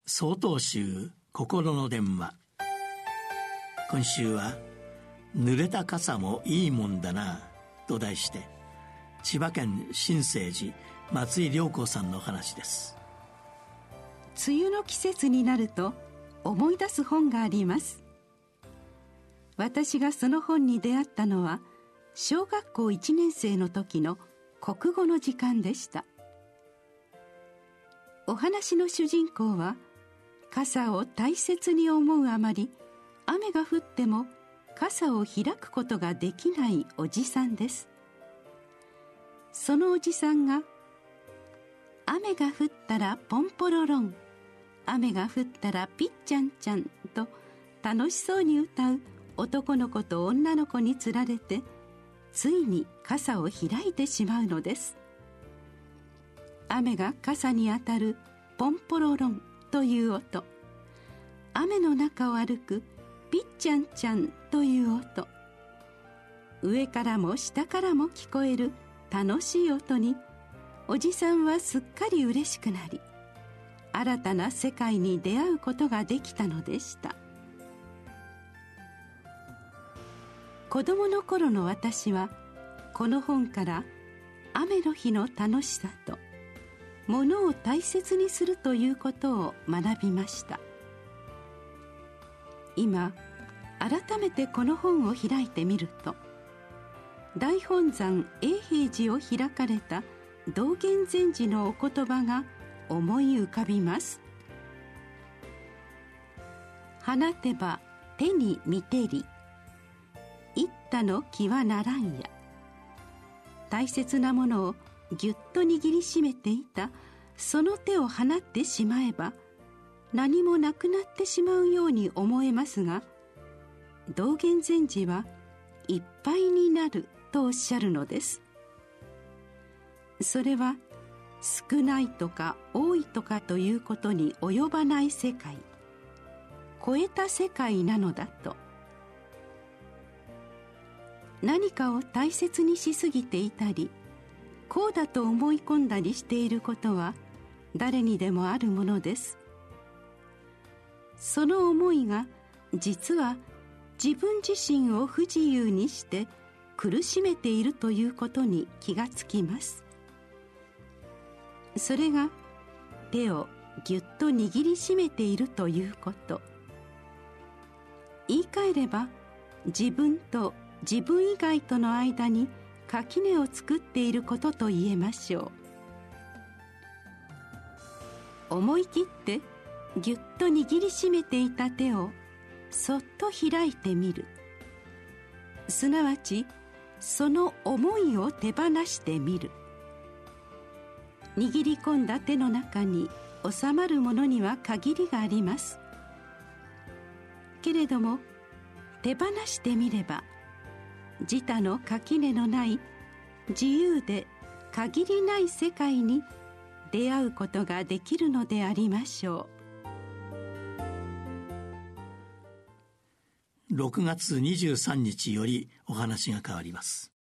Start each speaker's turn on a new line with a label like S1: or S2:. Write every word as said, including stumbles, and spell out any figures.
S1: 曹洞宗心の電話。今週は濡れた傘もいいもんだなと題して、千葉県新生寺松井良子さんの話です。
S2: 梅雨の季節になると思い出す本があります。私がその本に出会ったのは小学校いちねん生の時の国語の時間でした。お話の主人公は傘を大切に思うあまり、雨が降っても傘を開くことができないおじさんです。そのおじさんが、雨が降ったらポンポロロン、雨が降ったらピッチャンチャンと楽しそうに歌う男の子と女の子につられて、ついに傘を開いてしまうのです。雨が傘に当たるポンポロロンという音、雨の中を歩くピッチャンチャンという音、上からも下からも聞こえる楽しい音に、おじさんはすっかり嬉しくなり、新たな世界に出会うことができたのでした。子供の頃の私はこの本から雨の日の楽しさと物を大切にするということを学びました。今改めてこの本を開いてみると、大本山永平寺を開かれた道元禅師のお言葉が思い浮かびます。放てば手に見てり、一太の気はならんや。大切なものをぎゅっと握りしめていたその手を放ってしまえば、何もなくなってしまうように思えますが、道元禅師はいっぱいになるとおっしゃるのです。それは少ないとか多いとかということに及ばない世界、超えた世界なのだと。何かを大切にしすぎていたり、こうだと思い込んだりしていることは誰にでもあるものです。その思いが実は自分自身を不自由にして苦しめているということに気がつきます。それが手をぎゅっと握りしめているということ。言い換えれば、自分と自分以外との間に垣根を作っていることと言えましょう。思い切ってぎゅっと握りしめていた手をそっと開いてみる。すなわちその思いを手放してみる。握り込んだ手の中に収まるものには限りがあります。けれども手放してみれば、自他の垣根のない自由で限りない世界に出会うことができるのでありましょ
S1: う。ろくがつにじゅうさんにちよりお話が変わります。